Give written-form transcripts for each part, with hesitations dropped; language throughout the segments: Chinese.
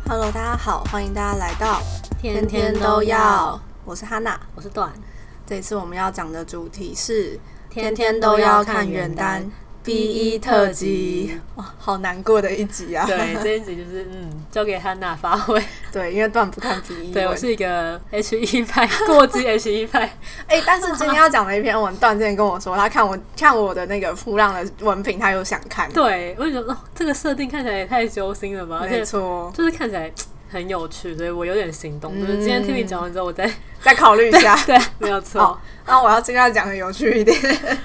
Hello， 大家好，欢迎大家来到天天都要。 我是哈娜， 我是段。 这一次我们要讲的主题是天天都要看原单 B1 特辑。哇，好难过的一集啊！ 对，这一集就是交给哈娜发挥。 对，因为段不看 B1。 对，我是一个 H1 派，过激 H1 派。 但是今天要讲的一篇文，段之前跟我说，他看我的那个噗浪的文凭，他有想看。 对，我就觉得这个设定看起来也太揪心了吧， 没错， 就是看起来很有趣，所以我有点心动。就是今天听你讲完之后，我再考虑一下。 对，没有错。 好，那我要尽量讲的有趣一点。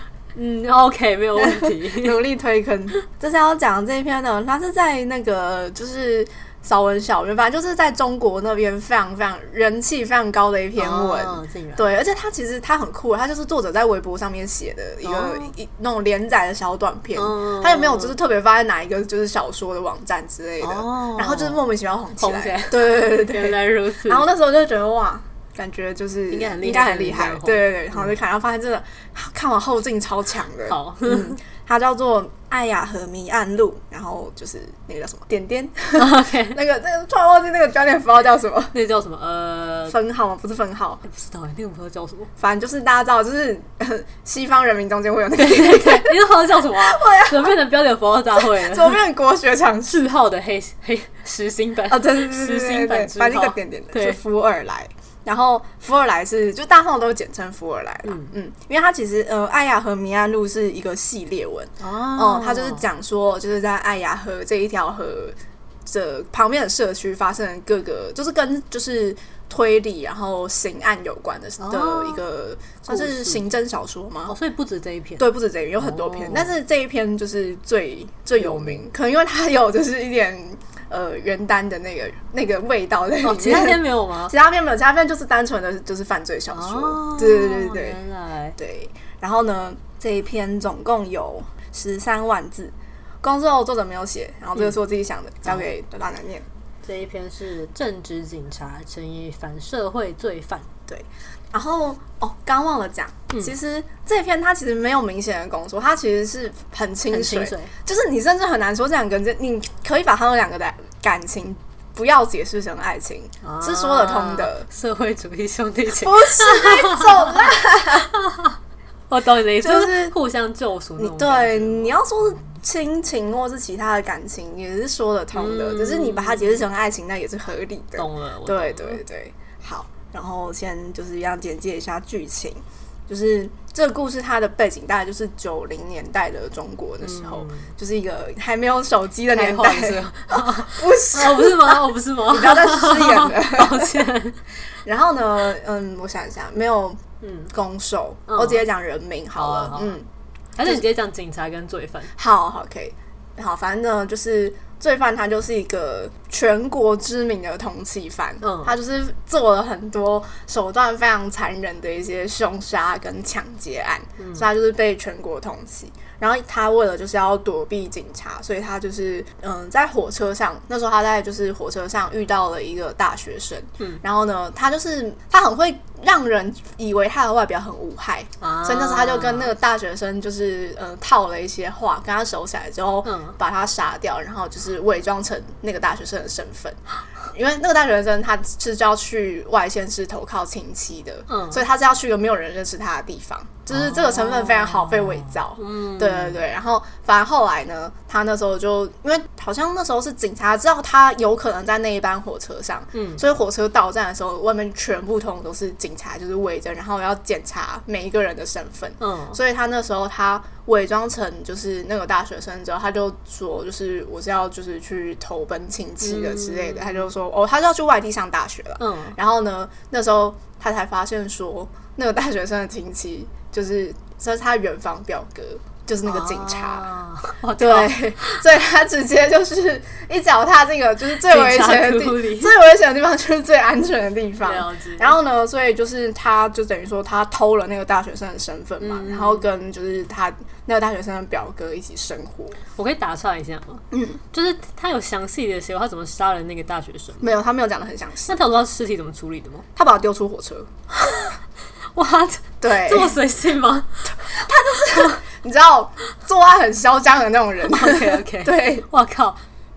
OK， 没有问题。 努力推坑。这是要讲这一篇呢，它是在那个就是扫文小院，反正就是在中国那边非常非常人气非常高的一篇文。对，而且它其实它很酷，它就是作者在微博上面写的一个那种连载的小短片，它也没有就是特别发在哪一个就是小说的网站之类的，然后就是莫名其妙红起来。对， 原来如此。 然后那时候就觉得哇。感觉就是应该很厉害，对，然后就看，然后发现真的看完后劲超强的。 好， 它叫做《艾雅河迷案录》，然后就是那个叫什么点点 ，OK， 那个突然忘记那个标点符号叫什么， 那叫什么？ 分号吗？不是分号， 不知道那个不知道叫什么。 反正就是大家知道，就是西方人民中间会有那个对，你知道叫什么？怎么变成标点符号大会了？ 怎么变成国学常识号的黑实心版？ 对， 实心版， 反正一个点点的，就福尔莱。然后福尔莱是就大众都简称福尔莱啦，因为它其实艾雅河迷案录是一个系列文它就是讲说就是在艾雅河这一条河这旁边的社区发生的各个就是跟就是推理然后刑案有关的一个算是刑侦小说吗？ 所以不止这一篇， 对，不止这一篇，有很多篇，但是这一篇就是最有名，可能因为它有就是一点。原单的那个味道在里面。 其他篇没有吗？ 其他篇没有，其他篇就是单纯的就是犯罪小说。对， 原来对。然后呢，这一篇总共有13万字，公众作者没有写，然后这个是我自己想的，交给大男念。 这一篇是正直警察乘以反社会罪犯。 对。然后刚忘了讲，其实这篇它其实没有明显的公说，它其实是很清水，就是你甚至很难说这两个人，你可以把他们两个的感情不要解释成爱情，是说得通的。 社会主义兄弟情不是那种啦。 我懂你的意思，就是互相救赎那种。 对，你要说是亲情或是其他的感情，也是说得通的，只是你把它解释成爱情，那也是合理的。 懂了， 对，好。然后先就是一样简介一下剧情，就是这个故事它的背景大概就是90年代的中国的时候，就是一个还没有手机的年代。不是吗？ 不是吗？ 你不要再失言了， 抱歉。 然后呢，我想一下，没有攻受，我直接讲人名好了。 还是你直接讲警察跟罪犯？ 好，可以。好，反正呢，就是罪犯他就是一个全国知名的通缉犯，他就是做了很多手段非常残忍的一些凶杀跟抢劫案，所以他就是被全国通缉。然后他为了就是要躲避警察，所以他就是在火车上，那时候他在就是火车上遇到了一个大学生，然后呢，他很会让人以为他的外表很无害，所以那时候他就跟那个大学生就是套了一些话，跟他熟起来之后，把他杀掉，然后就是伪装成那个大学生的身份。因为那个大学生他是要去外县市投靠亲戚的，所以他是要去一个没有人认识他的地方，就是这个成分非常好被伪造。对，然后反正后来呢，他那时候就因为好像那时候是警察知道他有可能在那一班火车上，所以火车到站的时候，外面全部通都是警察，就是围着，然后要检查每一个人的身份。所以他那时候他伪装成就是那个大学生之后，他就说就是我是要就是去投奔亲戚的之类的，他就说他是要去外地上大学了。然后呢，那时候他才发现说那个大学生的亲戚就是这是他远房表哥。就是那个警察，对，所以他直接就是一脚踏这个就是最危险的地方，就是最安全的地方。然后呢，所以就是他就等于说他偷了那个大学生的身份嘛，然后跟就是他那个大学生的表哥一起生活。 我可以打岔一下吗？就是他有详细的写他怎么杀了那个大学生？ 没有，他没有讲得很详细。 那他有说他尸体怎么处理的吗？ 他把他丢出火车。 哇， 对， 这么随性吗？ 他就是你知道做爱很嚣张的那种人。 OK， 对， 哇靠，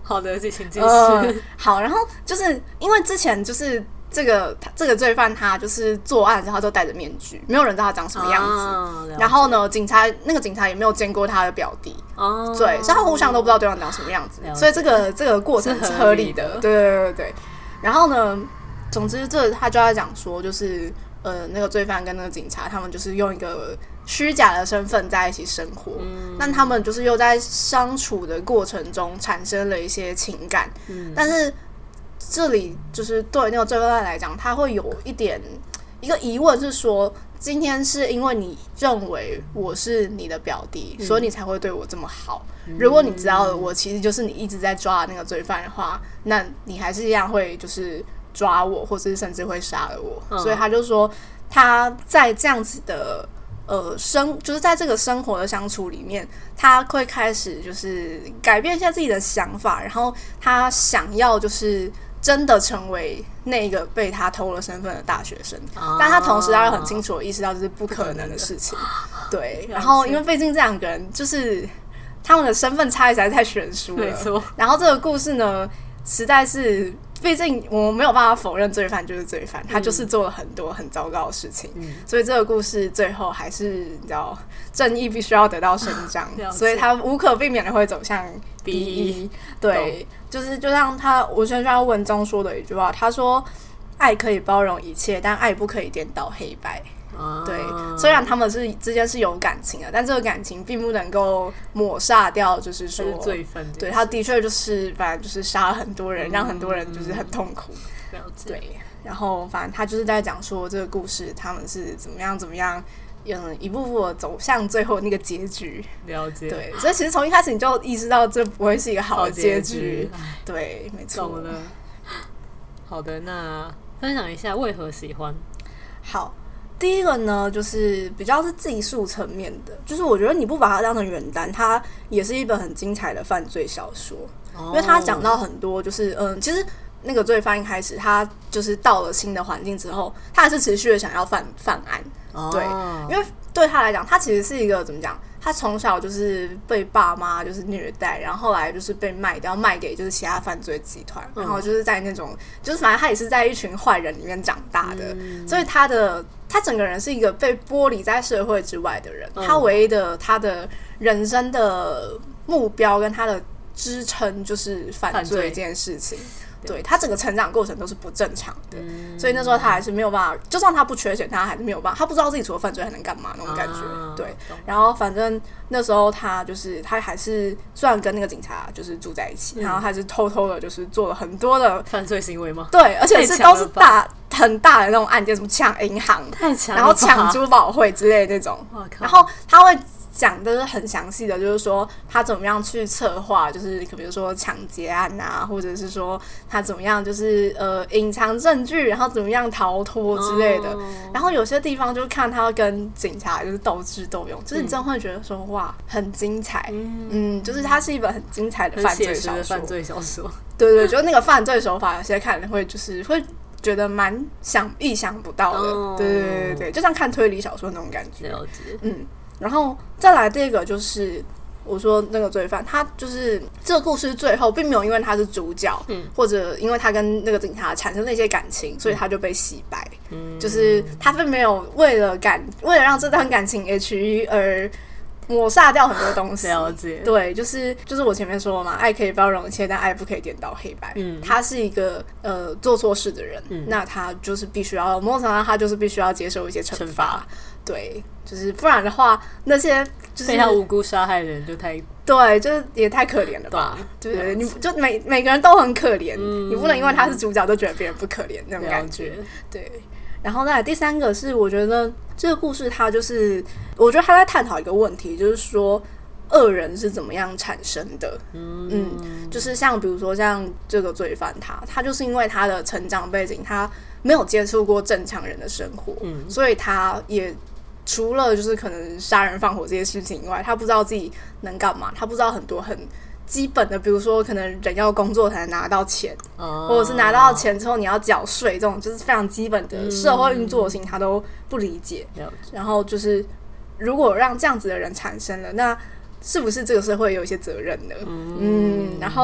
好的，请继续。 好，然后就是因为之前就是这个罪犯他就是作案之后都戴着面具，没有人知道他长什么样子。然后呢，那个警察也没有见过他的表弟，对，所以他互相都不知道对方长什么样子。所以这个过程是合理的，对。然后呢，总之他就在讲说，就是那个罪犯跟那个警察，他们就是用一个虚假的身份在一起生活，但他们就是又在相处的过程中产生了一些情感，但是这里就是对那个罪犯来讲，他会有一个疑问是说，今天是因为你认为我是你的表弟，所以你才会对我这么好。如果你知道了我其实就是你一直在抓的那个罪犯的话，那你还是一样会就是抓我，或是甚至会杀了我。所以他就说，他在这样子的就是在这个生活的相处里面，他会开始就是改变一下自己的想法，然后他想要就是真的成为那个被他偷了身份的大学生，但他同时他很清楚的意识到这是不可能的事情，对。然后因为毕竟这两个人就是他们的身份差异实在太悬殊了，没错。然后这个故事呢，实在是，毕竟我们没有办法否认罪犯就是罪犯，他就是做了很多很糟糕的事情，所以这个故事最后还是你知道，正义必须要得到伸张，所以他无可避免的会走向 B1，对，就是就像我先像文中说的一句话，他说：“爱可以包容一切，但爱不可以颠倒黑白。”对，虽然他们之间是有感情的，但这个感情并不能够抹杀掉，就是说罪犯， 对，他的确就是反正就是杀了很多人，让很多人就是很痛苦。对，然后反正他就是在讲说这个故事他们是怎么样，一步步的走向最后那个结局。 了解。对， 所以其实从一开始你就意识到这不会是一个好的结局。对，没错。 懂了。好的，那分享一下为何喜欢。 好。第一个呢，就是比较是技术层面的，就是我觉得你不把它当成原单，它也是一本很精彩的犯罪小说，因为它讲到很多，就是其实那个罪犯一开始他就是到了新的环境之后，他还是持续的想要犯案，对，因为对他来讲，他其实是一个怎么讲？他从小就是被爸妈就是虐待，然后后来就是被卖给就是其他犯罪集团，然后就是在那种就是反正他也是在一群坏人里面长大的，所以他整个人是一个被剥离在社会之外的人，他唯一的他的人生的目标跟他的支撑就是犯罪这件事情。对，他整个成长过程都是不正常的，所以那时候他还是没有办法，就算他不缺钱，他还是没有办法，他不知道自己除了犯罪还能干嘛那种感觉。对，然后反正那时候他还是虽然跟那个警察就是住在一起，然后他是偷偷的，就是做了很多的犯罪行为吗？ 对，而且都是很大的那种案件，什么抢银行，然后抢珠宝会之类的那种。然后他会讲的是很详细的，就是说他怎么样去策划，就是比如说抢劫案啊，或者是说他怎么样就是隐藏证据，然后怎么样逃脱之类的。然后有些地方就看他跟警察就是斗智斗勇，就是你真的会觉得说哇，很精彩。就是它是一本很精彩的犯罪小说。对，就是那个犯罪手法，有些看人会就是会觉得蛮意想不到的。对，就像看推理小说那种感觉。 了解。 然后再来第二个就是我说那个罪犯，他就是这个故事最后并没有因为他是主角，或者因为他跟那个警察产生了一些感情，所以他就被洗白。就是他并没有为了让这段感情 HE 而抹杀掉很多东西。 了解。 对，就是我前面说了嘛，爱可以包容一切，但爱不可以颠倒黑白。他是一个做错事的人，那他就是必须要某种程度上他就是必须要接受一些惩罚。对，就是不然的话，那些就是被他无辜杀害的人就太对，就是也太可怜了吧？对，你就每个人都很可怜，你不能因为他是主角就觉得别人不可怜那种感觉。对，然后再来第三个是，我觉得这个故事它就是，我觉得他在探讨一个问题，就是说恶人是怎么样产生的。就是像比如说像这个罪犯他就是因为他的成长背景，他没有接触过正常人的生活，所以他也除了就是可能杀人放火这些事情以外，他不知道自己能干嘛，他不知道很多很基本的，比如说可能人要工作才能拿到钱，或者是拿到钱之后你要缴税，这种就是非常基本的社会运作性他都不理解。然后就是如果让这样子的人产生了，那是不是这个社会有一些责任呢？然后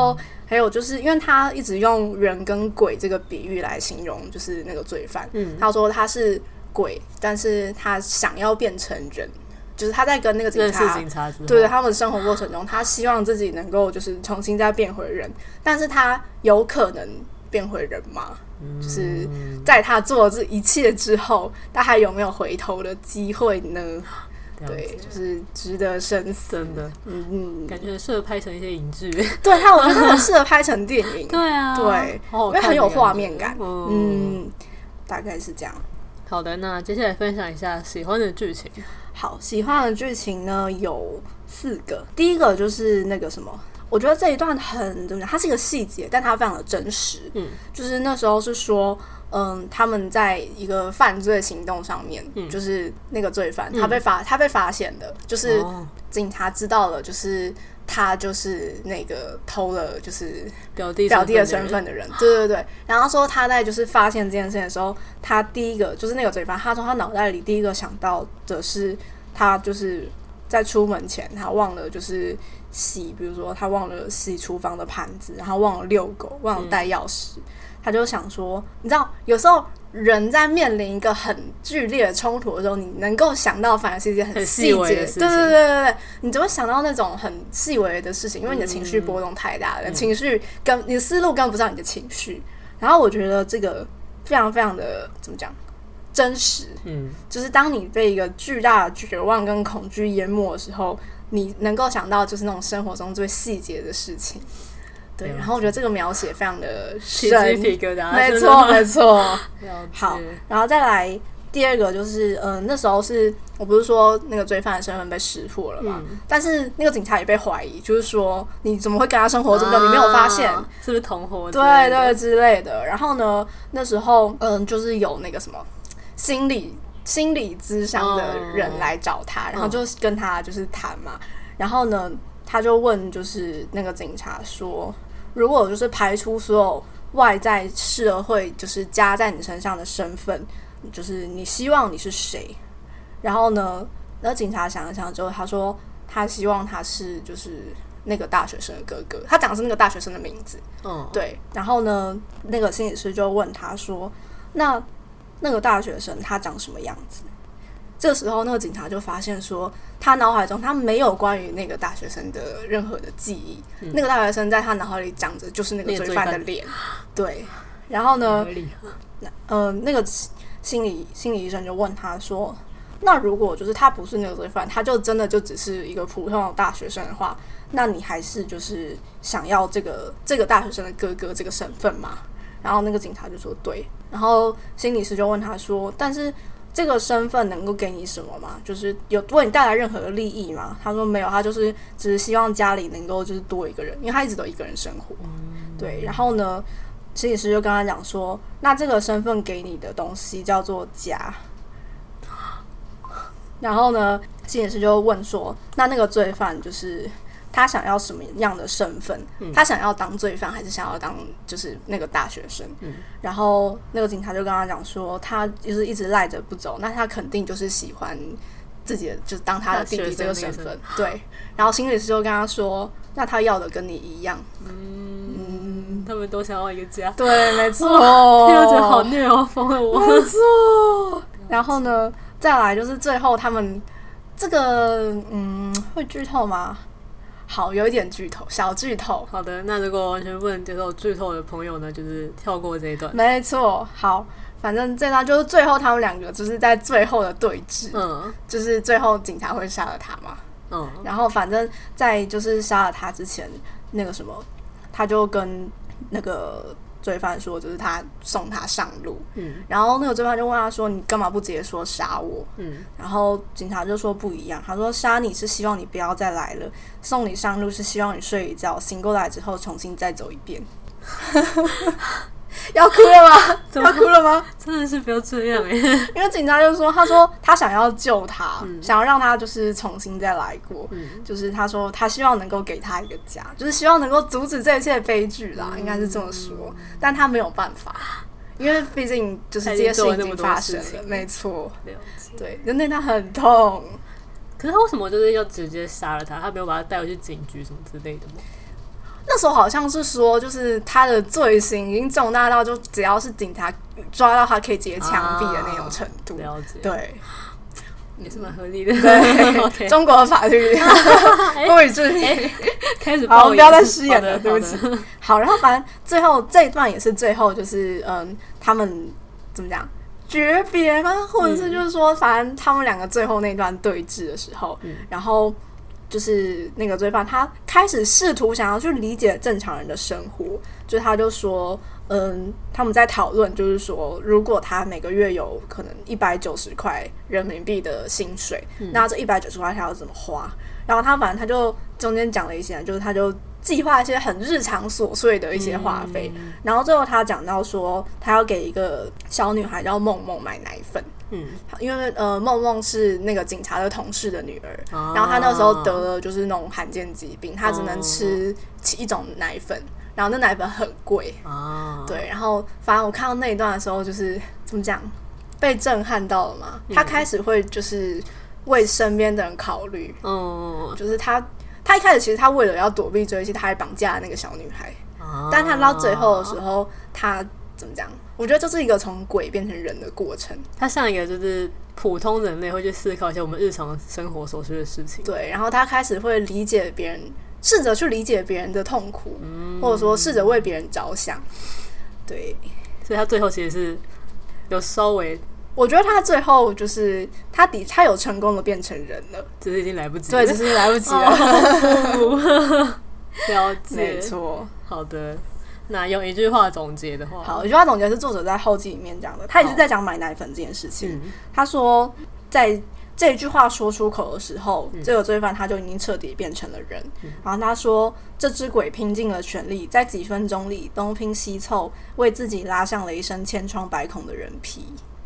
还有就是因为他一直用人跟鬼这个比喻来形容就是那个罪犯，他说他是鬼，但是他想要变成人，就是他在跟那个警察对他们生活过程中，他希望自己能够就是重新再变回人，但是他有可能变回人吗？就是在他做这一切之后，他还有没有回头的机会呢？对，就是值得深思， 真的，感觉适合拍成一些影剧。 对，我觉得很适合拍成电影。 对啊， 对，因为很有画面感。大概是这样。 好的，那接下来分享一下喜欢的剧情。 好，喜欢的剧情呢有4个。第一个就是那个什么。我觉得这一段它是一个细节，但它非常的真实。就是那时候是说，他们在一个犯罪行动上面，就是那个罪犯他被发现的，就是警察知道了，就是他就是那个偷了就是表弟的身份的人。对。然后说他在就是发现这件事情的时候，他第一个就是那个罪犯，他说他脑袋里第一个想到的是他就是在出门前他忘了就是比如说他忘了洗厨房的盘子，然后忘了遛狗，忘了带钥匙，他就想说，你知道有时候人在面临一个很剧烈的冲突的时候，你能够想到反而是一件很细节的事情。对，你就会想到那种很细微的事情，因为你的情绪波动太大了，情绪你的思路跟不上你的情绪。然后我觉得这个非常非常的怎么讲真实，就是当你被一个巨大的绝望跟恐惧淹没的时候，你能够想到就是那种生活中最细节的事情。对，然后我觉得这个描写非常的深， 起鸡皮疙瘩， 没错。好，然后再来第二个就是那时候是我不是说那个罪犯的身份被识破了嘛，但是那个警察也被怀疑，就是说你怎么会跟他生活这么久，你没有发现是不是同伙？ 对之类的。然后呢，那时候就是有那个什么心理咨商的人来找他，然后就跟他就是谈嘛。然后呢，他就问就是那个警察说，如果就是排除所有外在社会就是加在你身上的身份，就是你希望你是谁？然后呢，那警察想了想之后，他说他希望他是就是那个大学生的哥哥，他讲的是那个大学生的名字。对。然后呢，那个心理师就问他说，那个大学生他长什么样子？这时候那个警察就发现说，他脑海中他没有关于那个大学生的任何的记忆，那个大学生在他脑海里长着就是那个罪犯的脸。对。然后呢，那个心理医生就问他说，那如果就是他不是那个罪犯，他就真的就只是一个普通的大学生的话，那你还是就是想要这个大学生的哥哥这个身份吗？然后那个警察就说对。然后心理师就问他说，但是这个身份能够给你什么吗？就是有为你带来任何的利益吗？他说没有，他就是只是希望家里能够就是多一个人，因为他一直都一个人生活。对。然后呢，心理师就跟他讲说，那这个身份给你的东西叫做家。然后呢，心理师就问说，那个罪犯就是他想要什么样的身份？他想要当罪犯，还是想要当就是那个大学生？然后那个警察就跟他讲说，他就是一直赖着不走，那他肯定就是喜欢自己的就是当他的弟弟这个身份。对。然后心理师就跟他说，那他要的跟你一样。 他们都想要一个家。 对，没错。 听着觉得好虐哦，疯了我。 没错。然后呢，再来就是最后他们这个会剧透吗？好，有一点剧透，小剧透。 好的，那如果完全不能接受剧透的朋友呢，就是跳过这一段。 没错。好，反正这段就是最后他们两个就是在最后的对峙。就是最后警察会杀了他嘛。然后反正在就是杀了他之前，那个什么，他就跟那个罪犯说，就是他送他上路。然后那个罪犯就问他说，你干嘛不直接说杀我？然后警察就说不一样，他说杀你是希望你不要再来了，送你上路是希望你睡一觉，醒过来之后重新再走一遍。要哭了吗？要哭了吗？ 真的是不要这样因为警察就说，他说他想要救他，想要让他就是重新再来过。就是他说他希望能够给他一个家，就是希望能够阻止这一切悲剧啦，应该是这么说。但他没有办法，因为毕竟就是这些事情已经发生了。没错。对，就那他很痛。 可是他为什么就是要直接杀了他？他没有把他带回去警局什么之类的吗？ 那时候好像是说，就是他的罪行已经重大到就只要是警察抓到他可以直接枪毙的那种程度。 了解， 对。 也是蛮合理的。 对 ，okay. 中国的法律不予置评。 开始好，不要再失言了，对不起。好，然后反正最后这一段也是最后就是他们怎么讲诀别吗？或者是就是说，反正他们两个最后那段对峙的时候，然后就是那个罪犯他开始试图想要去理解正常人的生活，就是他就说。他们在讨论，就是说，如果他每个月有可能190块人民币的薪水，那这190块他要怎么花？然后他反正他就中间讲了一些，就是他就计划一些很日常琐碎的一些花费，然后最后他讲到说，他要给一个小女孩叫梦梦买奶粉。因为梦梦是那个警察的同事的女儿，然后她那时候得了就是那种罕见疾病，她只能吃一种奶粉。然后那奶粉很贵对，然后反正我看到那一段的时候，就是怎么讲，被震撼到了嘛。他开始会就是为身边的人考虑，就是他一开始其实他为了要躲避追击，他还绑架了那个小女孩，但他到最后的时候，他怎么讲？我觉得这是一个从鬼变成人的过程。 他像一个就是普通人类会去思考一些我们日常生活所需的事情， 对，然后他开始会理解别人。试着去理解别人的痛苦，或者说试着为别人着想，对， 所以他最后其实是有稍微， 我觉得他最后就是他有成功的变成人了， 只是已经来不及了， 对，只是已经来不及了。 了解， 没错。 好的，那用一句话总结的话， 好，一句话总结是作者在后记里面讲的，他也是在讲买奶粉这件事情。他说，在这一句话说出口的时候，这个罪犯他就已经彻底变成了人。然后他说，这只鬼拼尽了全力，在几分钟里东拼西凑，为自己拉上了一身千疮百孔的人皮。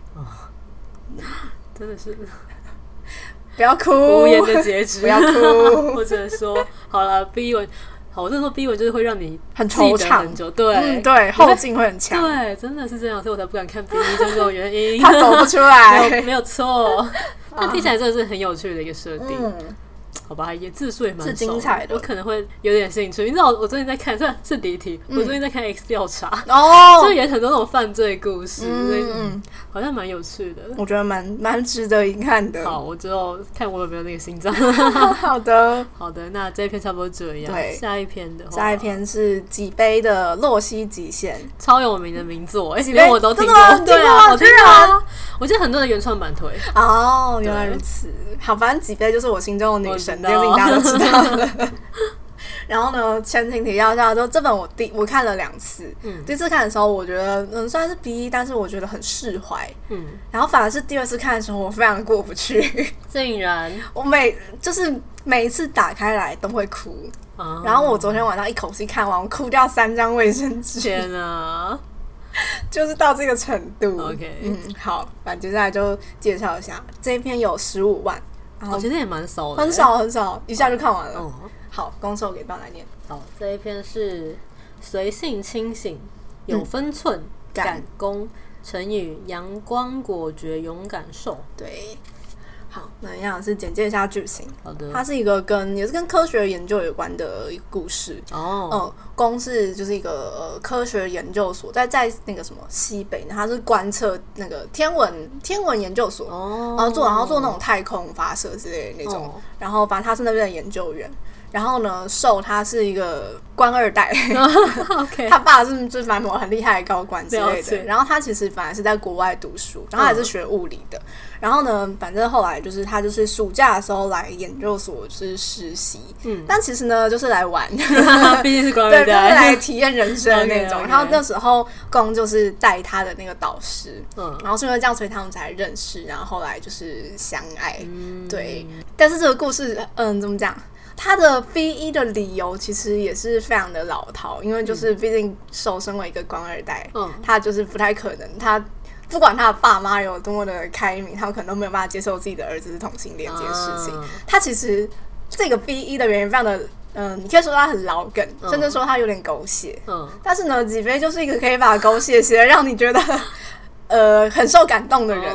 真的是不要哭， 无言的结局， 不要哭。 我只能说，好了，B 文。好，我真的说 B 文就是会让你很惆怅很久，对， 对，后劲会很强， 对，真的是这样，所以我才不敢看 B 文，就是这种原因， 他走不出来， 没有错。但听起来真的是很有趣的一个设定。好吧，也字数也蛮少的， 是精彩的， 我可能会有点兴趣。你知道我最近在看，虽然是离题，我最近在看 X 调查，就也很多那种犯罪故事，所以好像蛮有趣的。 我觉得蛮值得一看的。 好，我之后看我有没有那个心脏。 好的， 好的，那这一篇差不多这样。对，下一篇的话， 下一篇是几杯的《洛希极限》， 超有名的名作，几杯我都听过， 对啊，我听过。 我记得很多的原创版推。 哦，原来如此。好，反正几杯就是我心中的女神，这件事情大家都知道了。然后呢，前情提要一下，就这本我看了2次。第一次看的时候，我觉得虽然是 B， 但是我觉得很释怀。然后反而是第2次看的时候，我非常过不去。 竟然， 我每一次打开来都会哭。然后我昨天晚上一口气看完，我哭掉3张卫生纸。 天啊！ 就是到这个程度。 OK， 好，反正接下来就介绍一下这一篇有15万，然后其实也蛮少的， 很少，一下就看完了。好，公授给爸来念。 好，这一篇是随性清醒，有分寸，敢攻，成语阳光果决，勇敢受。 对。好，那一样是简介一下剧情。 好的， 它是一个也是跟科学研究有关的一个故事。公是就是一个科学研究所，在那个什么西北，它是观测那个天文研究所，然后做那种太空发射之类的那种。然后反正他是那边的研究员。然后呢，受他是一个官2代，okay. 他爸是就是反正很厉害的高官之类的。然后他其实本来是在国外读书，然后还是学物理的。然后呢，反正后来就是他就是暑假的时候来研究所就是实习，但其实呢就是来玩， 毕竟是官2代， 对，就是来体验人生的那种。然后那时候公就是带他的那个导师，然后是因为这样，所以他们才认识，然后后来就是相爱。对，但是这个故事，怎么讲？他的 B1 的理由其实也是非常的老套，因为就是毕竟受身为一个官2代，他就是不太可能，他不管他的爸妈有多么的开明，他们可能都没有办法接受自己的儿子是同性恋这件事情。他其实这个 B1 的原因非常的，你可以说他很老梗，甚至说他有点狗血。但是呢，几杯就是一个可以把狗血写得让你觉得很受感动的人。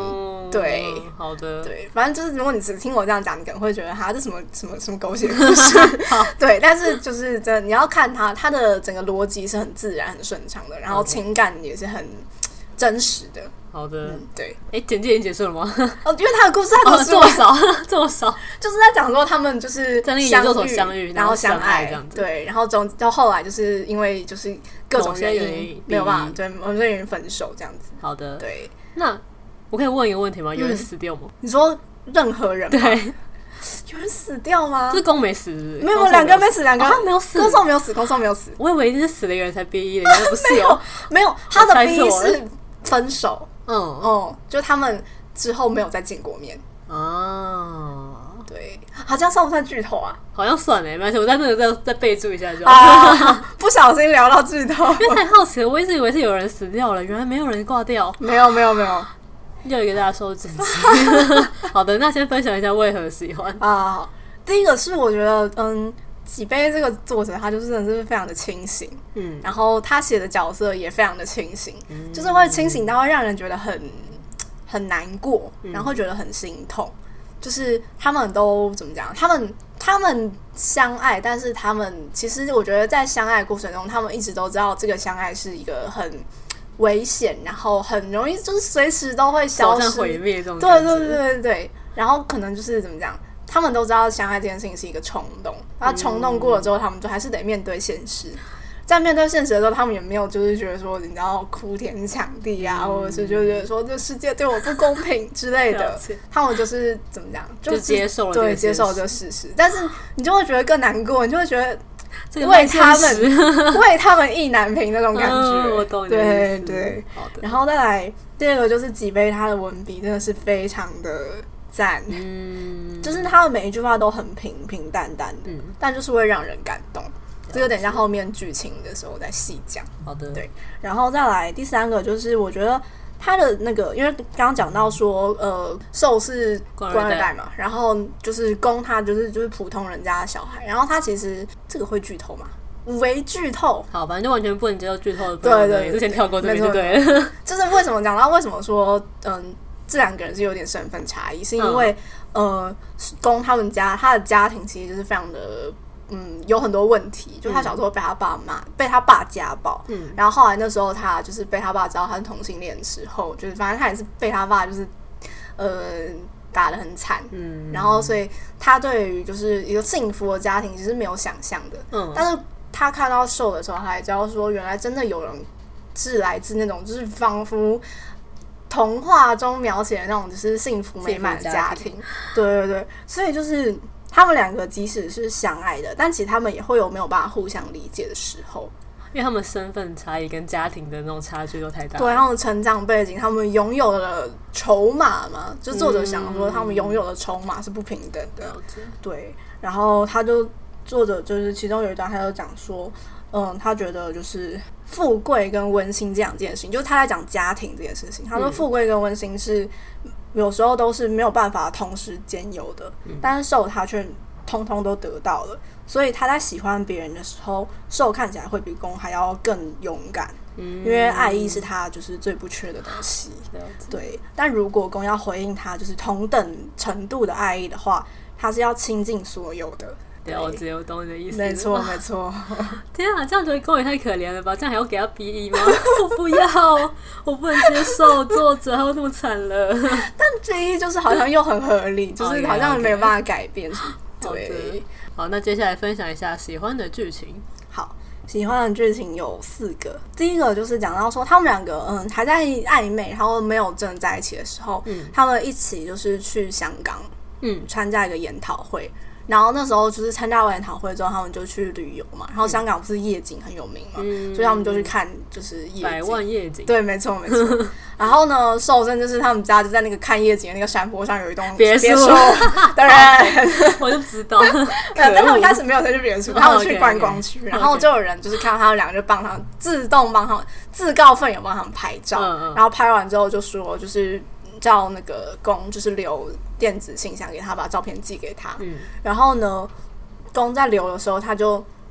对， 好的， 对，反正就是如果你只听我这样讲，你可能会觉得哈，这什么狗血故事，对，但是就是真的你要看它的整个逻辑是很自然、很顺畅的，然后情感也是很真实的。 好的， 对， 简介已经结束了吗？ 因为他的故事太这么少，这么少， 就是在讲说他们就是在那个研究所相遇， 然后相爱这样子， 对，然后到后来就是因为就是各种原因没有办法，对，某些原因分手这样子。 好的， 对， 那我可以问一个问题吗？有人死掉吗？ 你说任何人吗？ 对。 有人死掉吗？ 就是公没死， 没有，两个没死，两个没有死， 公受没有死，公受没有死。 我以为一定是死了一个人才 BE 的，原来不是哦。 没有，他的 BE 是分手。就他们之后没有再见过面啊。对，好像算不算剧透啊？ 好像算没关系，我在那个再备注一下就好。 不小心聊到剧透， 因为太好奇了，我一直以为是有人死掉了，原来没有人挂掉。 没有。 又一个大家收整齐。好的，那先分享一下为何喜欢啊。第一个是我觉得，几杯这个作者他就是真的是非常的清醒，然后他写的角色也非常的清醒，就是会清醒到会让人觉得很难过，然后觉得很心痛。就是他们都怎么讲？他们相爱，但是他们其实我觉得在相爱的过程中，他们一直都知道这个相爱是一个很危险，然后很容易就是随时都会消失、 毁灭这种感觉。对，然后可能就是怎么讲？他们都知道相爱这件事情是一个冲动，然后冲动过了之后，他们就还是得面对现实。在面对现实的时候，他们也没有就是觉得说你知道哭天抢地啊，或者是就觉得说这世界对我不公平之类的。他们就是怎么讲， 就接受了， 对，接受这事实。但是你就会觉得更难过，你就会觉得为他们意难平那种感觉。 我懂你的意思。 对。然后再来第二个就是几杯他的文笔真的是非常的赞，就是他的每一句话都很平平淡淡的，但就是会让人感动。这个等一下后面剧情的时候再细讲。 好的， 对。然后再来第三个就是我觉得他的那个，因为刚刚讲到说，受是官二代嘛，然后就是公他就是普通人家的小孩，然后他其实这个会剧透嘛？微剧透， 好，反正就完全不能接受剧透的。对，之前跳过这边就对了。 就是为什么讲到为什么说这两个人是有点身份差异，是因为公他们家他的家庭其实就是非常的。有很多问题，就他小时候被他爸家暴，然后后来那时候他就是被他爸知道他是同性恋之后，就是反正他也是被他爸就是打得很惨，然后所以他对于就是一个幸福的家庭其实没有想象的，但是他看到受的时候，他才知道说原来真的有人是来自那种就是仿佛童话中描写的那种就是幸福美满的家庭，对，所以就是。他们两个即使是相爱的，但其实他们也会有没有办法互相理解的时候， 因为他们身份差异跟家庭的那种差距都太大。 对，他们成长背景，他们拥有的筹码嘛，就作者想说他们拥有的筹码是不平等的。对，然后作者就是其中有一段，他就讲说，他觉得就是富贵跟温馨这两件事情，就是他在讲家庭这件事情。他说富贵跟温馨是。有时候都是没有办法同时兼有的，但是受他却通通都得到了，所以他在喜欢别人的时候，受看起来会比公还要更勇敢，因为爱意是他就是最不缺的东西。对，但如果公要回应他就是同等程度的爱意的话，他是要倾尽所有的。 了解，我懂你的意思。 没错。 天啊，这样觉得公也太可怜了吧？这样还要给他 BE 吗？我不要，我不能接受作者还会那么惨了。 但 BE 就是好像又很合理，就是好像没有办法改变。 对，好，那接下来分享一下喜欢的剧情。 好，喜欢的剧情有4个。第一个就是讲到说，他们两个还在暧昧，然后没有真的在一起的时候，他们一起就是去香港，参加一个研讨会。然后那时候就是参加完研讨会之后，他们就去旅游嘛。然后香港不是夜景很有名嘛，所以他们就去看就是夜景， 百万夜景。 对，没错。然后呢，受真就是他们家就在那个看夜景的那个山坡上有一栋别墅，当然我就知道。 但他们一开始没有再去别墅，他们去观光区，然后就有人就是看到他们两个就帮他们自自告奋勇帮他们拍照，然后拍完之后就说就是叫那个公就是留电子信箱给他，把照片寄给他。然后呢，公在留的时候，他就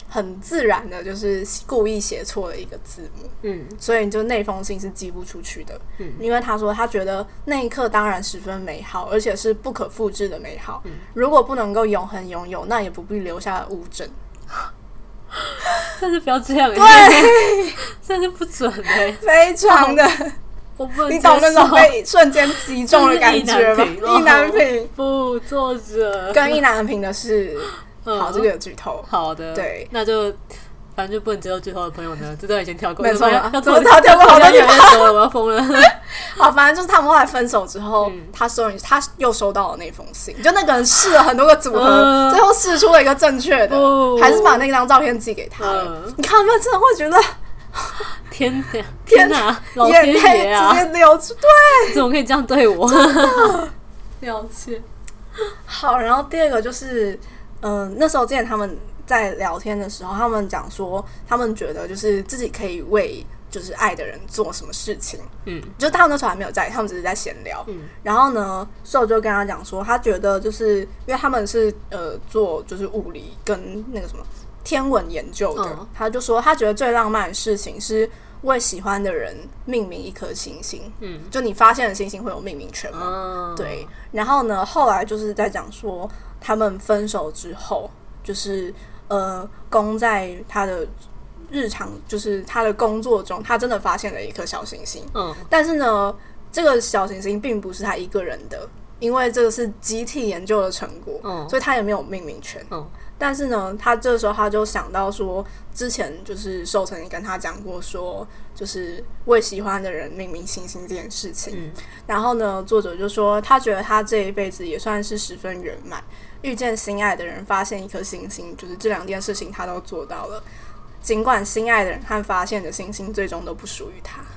很自然的，就是故意写错了一个字母，所以就那封信是寄不出去的，因为他说他觉得那一刻当然十分美好，而且是不可复制的美好，如果不能够永恒拥有，那也不必留下物证。 但是不要这样， 对， 真是不准非常的。你懂那种被瞬间击中的感觉吗？意难平不，作者跟意难平的是，好，这个有剧透。 好的， 对， 那就反正就不能接受剧透的朋友呢，这段已经跳过。 没错， 要怎么跳过好多地方？ 我要疯了。 好，反正就是他们后来分手之后，他又收到了那封信，就那个人试了很多个组合，最后试出了一个正确的，还是把那張照片寄给他了。你看，他真的会觉得。 天哪，老天爷啊！ 直接流出，对， 怎么可以这样对我？了解。 好，然后第二个就是，那时候之前他们在聊天的时候，他们讲说，他们觉得就是自己可以为就是爱的人做什么事情，就是他们那时候还没有在，他们只是在闲聊，然后呢，受就跟他讲说，他觉得就是因为他们是做就是物理跟那个什么。天文研究的，他就说他觉得最浪漫的事情是为喜欢的人命名一颗星星，就你发现的星星会有命名权嘛，对。然后呢，后来就是在讲说他们分手之后，就是公在他的日常，就是他的工作中，他真的发现了一颗小行星，但是呢，这个小行星并不是他一个人的，因为这个是集体研究的成果，所以他也没有命名权。但是呢，他这时候他就想到说，之前就是受曾经跟他讲过说，就是为喜欢的人命名星星这件事情。然后呢，作者就说，他觉得他这一辈子也算是十分圆满，遇见心爱的人，发现一颗星星，就是这两件事情他都做到了。尽管心爱的人和发现的星星最终都不属于他。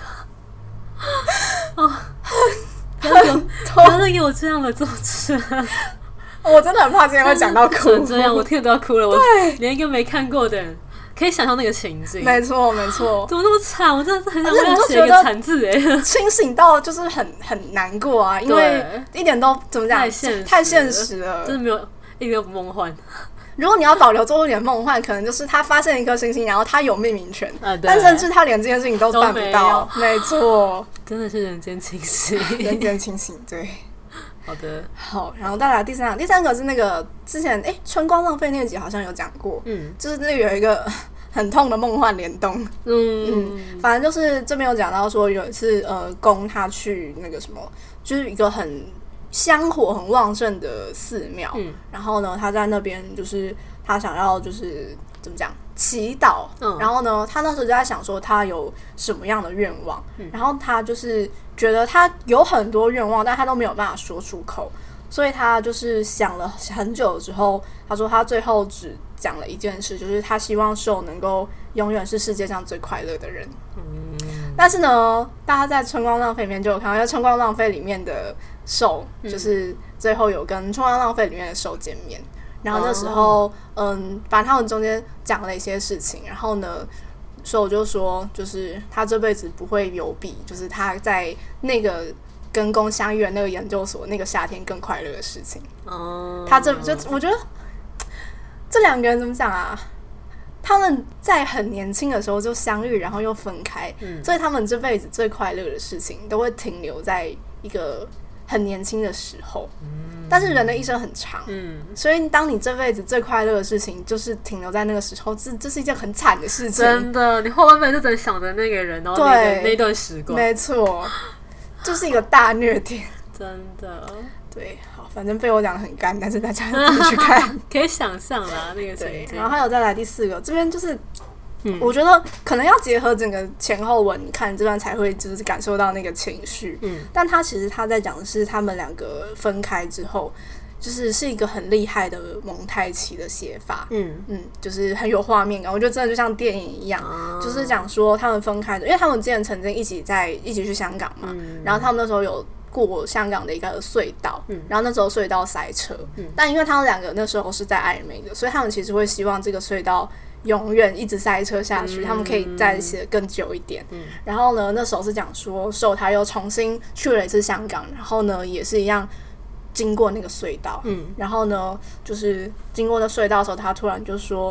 不要再给我这样的作者。 我真的很怕今天会讲到哭， 这样我听得都要哭了。我连一个没看过的人可以想象那个情境。 没错，没错。 怎么那么惨？我真的是很想为他写一个惨字清醒到就是很难过啊，因为一点都怎么讲，太现实了， 真的没有一点都不梦幻。 如果你要保留做一点梦幻，可能就是他发现一颗星星，然后他有命名权，但甚至他连这件事情都办不到。没错， 真的是人间清醒， 人间清醒，对。 好的， 好，然后再来第三个是那个之前春光浪费那集好像有讲过，就是那有一个很痛的梦幻联动，反正就是这边有讲到说有一次公他去那个什么，就是一个很香火很旺盛的寺庙，然后呢他在那边就是他想要就是怎么讲祈祷，然后呢他那时候就在想说他有什么样的愿望，然后他就是觉得他有很多愿望，但他都没有办法说出口，所以他就是想了很久之后，他说他最后只讲了一件事，就是他希望受能够永远是世界上最快乐的人。但是呢，大家在《春光浪费》里面就有看到，因为《春光浪费》里面的受就是最后有跟《春光浪费》里面的受见面，然后那时候反正他们中间讲了一些事情，然后呢所以我就说，就是他这辈子不会有比就是他在那个跟公相遇的那个研究所那个夏天更快乐的事情。他就我觉得这两个人怎么讲啊？他们在很年轻的时候就相遇，然后又分开，所以他们这辈子最快乐的事情都会停留在一个很年轻的时候。但是人的一生很长，所以当你这辈子最快乐的事情就是停留在那个时候，这是一件很惨的事情。 真的，你后半辈子就只能想着那个人，然后那段时光， 没错，就是一个大虐点。 真的， 对，好，反正被我讲得很干，但是大家自己去看， 可以想象啦那个情景。 然后还有再来第四个，这边就是。我觉得可能要结合整个前后文，你看这段才会就是感受到那个情绪。但他其实他在讲的是他们两个分开之后，就是一个很厉害的蒙太奇的写法。就是很有画面感，我觉得真的就像电影一样，就是讲说他们分开的，因为他们之前曾经一起去香港嘛，然后他们那时候有过香港的一个隧道，然后那时候隧道塞车，但因为他们两个那时候是在暧昧的，所以他们其实会希望这个隧道永远一直塞车下去，他们可以在一起的更久一点。然后呢，那时候是讲说受他又重新去了一次香港，然后呢也是一样经过那个隧道，然后呢就是经过那隧道的时候，他突然就说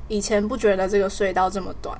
以前不觉得这个隧道这么短。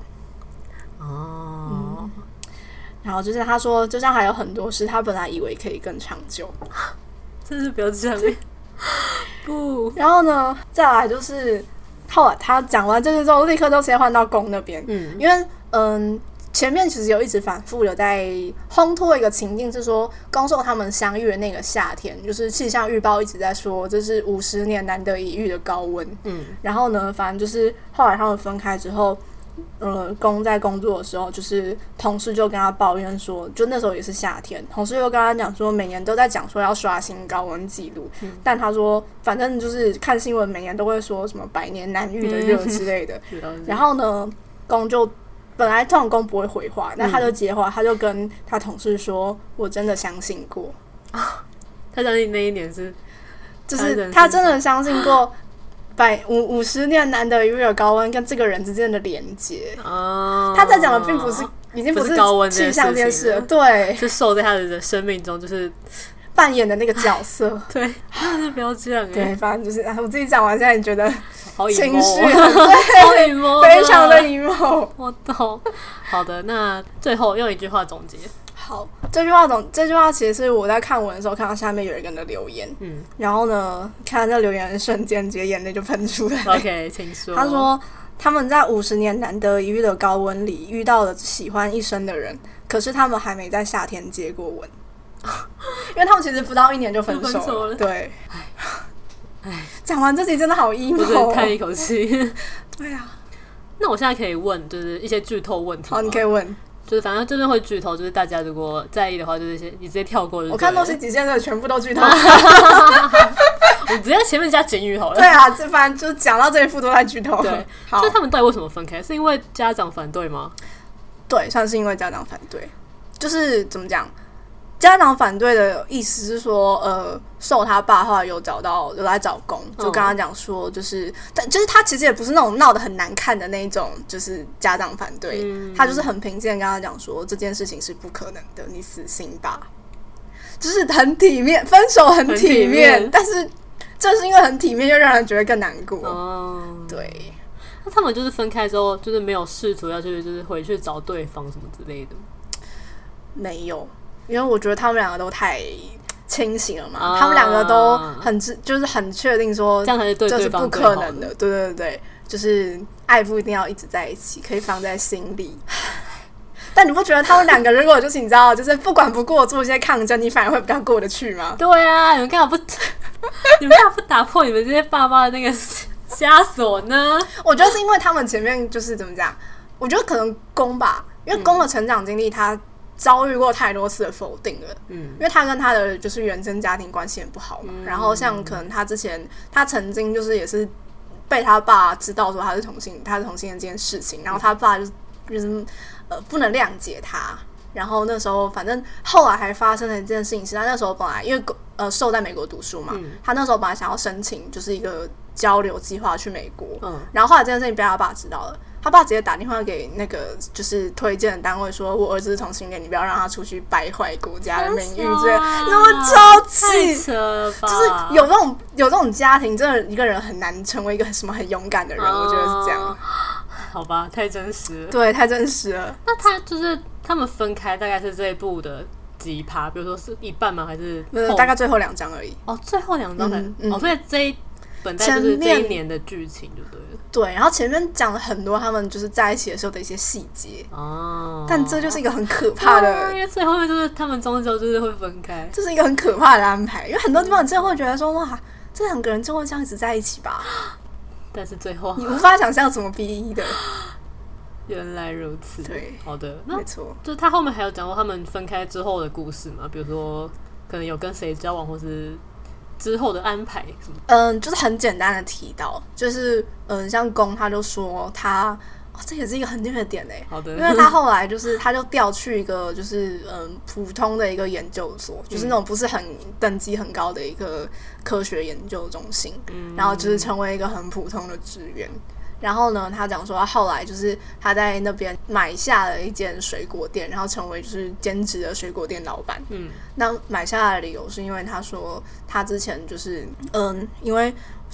然后就是他说就像还有很多事他本来以为可以更长久。 真是不要这样不。 然后呢再来就是后来他讲完这些之后立刻就直接换到公那边。因为前面其实有一直反复的在烘托一个情境，是说公受他们相遇的那个夏天，就是气象预报一直在说这是50年难得一遇的高温。然后呢反正就是后来他们分开之后，公在工作的时候，就是同事就跟他抱怨说，就那时候也是夏天，同事就跟他讲说，每年都在讲说要刷新高温纪录，但他说反正就是看新闻，每年都会说什么100年难遇的热之类的。然后呢，公就本来这种公不会回话，但他就接话，他就跟他同事说：“我真的相信过。” 他相信那一年是， 就是他真的相信过。50年难得一遇的高温跟这个人之间的连结。他在讲的并不是已经不是高温气象这件事了，对， 是受在他的生命中就是扮演的那个角色。 对，真的不要这样。 对，反正就是我自己讲完，现在你觉得好情绪好emo， 非常的 emo。 我懂。好的，那最后用一句话总结。 好，这句话其实是我在看文的时候看到下面有一个人的留言，然后呢，看到这留言的瞬间，直接眼泪就喷出来。 OK， 请说。 他说他们在50年难得一遇的高温里遇到了喜欢一生的人，可是他们还没在夏天接过吻，因为他们其实不到1年就分手了。对，讲完这集真的好 emo， 我叹一口气。 对啊， 那我现在可以问，就是一些剧透问题吗？ 好，你可以问。 就是反正这边会剧透，就是大家如果在意的话，就是你直接跳过。 我看东西极限的全部都剧透。 我直接前面加警语好了。 对啊，这反正就是讲到这一副都在剧透。 对，就他们到底为什么分开？是因为家长反对吗？ 对，算是因为家长反对。就是怎么讲？家长反对的意思是说，受他爸后来有来找公，就跟他讲说，但就是他其实也不是那种闹得很难看的那一种，就是家长反对，他就是很平静跟他讲说，这件事情是不可能的，你死心吧，就是很体面，分手很体面，但是正是因为很体面，又让人觉得更难过。对。 那他们就是分开之后，就是没有试图要去就是回去找对方什么之类的？没有。因为我觉得他们两个都太清醒了嘛，他们两个都就是很确定说这样才是对对方这是不可能的。对对对，就是爱不一定要一直在一起，可以放在心里。但你不觉得他们两个如果就是你知道，就是不管不顾做一些抗争，你反而会比较过得去吗？ 对啊，你们干嘛不打破你们这些爸妈的那个枷锁呢？ 我觉得是因为他们前面就是怎么讲，我觉得可能公吧，因为公的成长经历他遭遇过太多次的否定了，因为他跟他的就是原生家庭关系很不好嘛，然后像可能他曾经就是也是被他爸知道说他是同性恋这件事情，然后他爸就是不能谅解他，然后那时候反正后来还发生了一件事情是他那时候本来因为受在美国读书嘛，他那时候本来想要申请就是一个交流计划去美国，然后后来这件事情被他爸知道了。他爸直接打电话给那个就是推荐的单位说，我儿子是同性恋，你不要让他出去败坏国家的名誉之类，那么超气，就是有这种家庭，真的一个人很难成为一个什么很勇敢的人，我觉得是这样。 好吧，太真实了。 对，太真实了。 那他们分开大概是这一部的几趴？比如说是一半吗？还是大概最后2章而已？ 哦，最后2章才所以这一本代就是这一年的剧情就对了。 对，然后前面讲了很多他们就是在一起的时候的一些细节但这就是一个很可怕的， 因为最后面就是他们终究就是会分开， 这是一个很可怕的安排。因为很多地方你真的会觉得说，哇，这2个人就会这样子在一起吧？ 但是最后你无法想象怎么 BE 的。 原来如此， 对， 好的， 没错。 就是他后面还有讲过他们分开之后的故事嘛？比如说可能有跟谁交往，或是之后的安排什么？ 就是很简单的提到，就是像公他就说他，这也是一个很虐的点嘞。 好的， 因为他后来就是他就调去一个就是普通的一个研究所，就是那种不是很等级很高的一个科学研究中心，然后就是成为一个很普通的职员。然后呢，他讲说他后来就是他在那边买下了一间水果店，然后成为就是兼职的水果店老板。那买下来的理由是因为他说他之前就是因为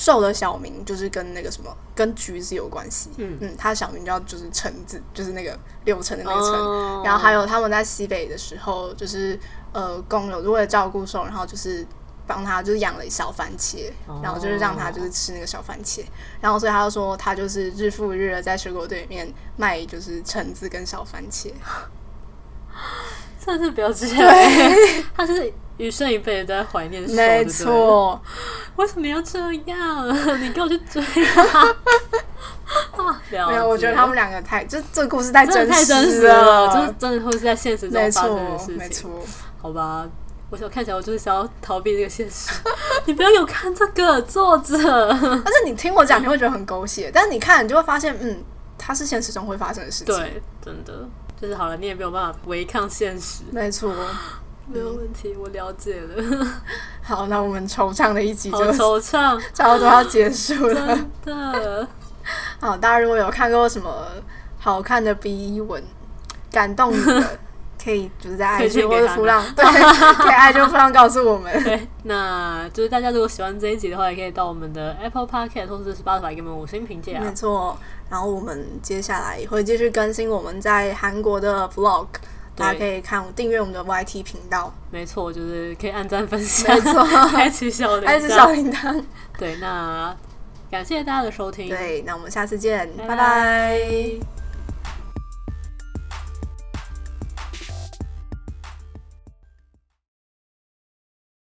受的小名就是跟那个什么跟橘子有关系，他的小名叫就是橙子，就是那个6橙的那个橙。然后还有他们在西北的时候，就是公有为了照顾兽，然后就是帮他就是养了小番茄，然后就是让他就是吃那个小番茄，然后所以他就说他就是日复一日的在水果队里面卖就是橙子跟小番茄。 真的是不要这样，对，他是余生一辈子都在怀念兽， 没错。 为什么要这样？你给我去追啊！ 没有，我觉得他们两个这个故事太真实了，就是真的会是在现实中发生的事情。 没错， 好吧，我想看起来我就是想要逃避这个现实。你不要有看这个作者， 但是你听我讲，你会觉得很狗血，但是你看，你就会发现，它是现实中会发生的事情。 对，真的。就是好了，你也没有办法违抗现实。 没错， 没有问题，我了解了。 好，那我们惆怅的一集就惆怅， 差不多要结束了。 真的。 好，大家如果有看过什么好看的 BE 文，感动你的，可以就是在 IG 或者噗浪，对，可以 IG 噗浪告诉我们。 对，那就是大家如果喜欢这一集的话，也可以到我们的 Apple Podcast 或者是 Spotify 给我们5星评价。 没错。然后我们接下来会继续更新我们在韩国的 vlog， 大家可以订阅我们的 YT 频道。 没错，就是可以按赞分享， 没错， 开启小铃铛。对，那感谢大家的收听。 对，那我们下次见， 拜拜。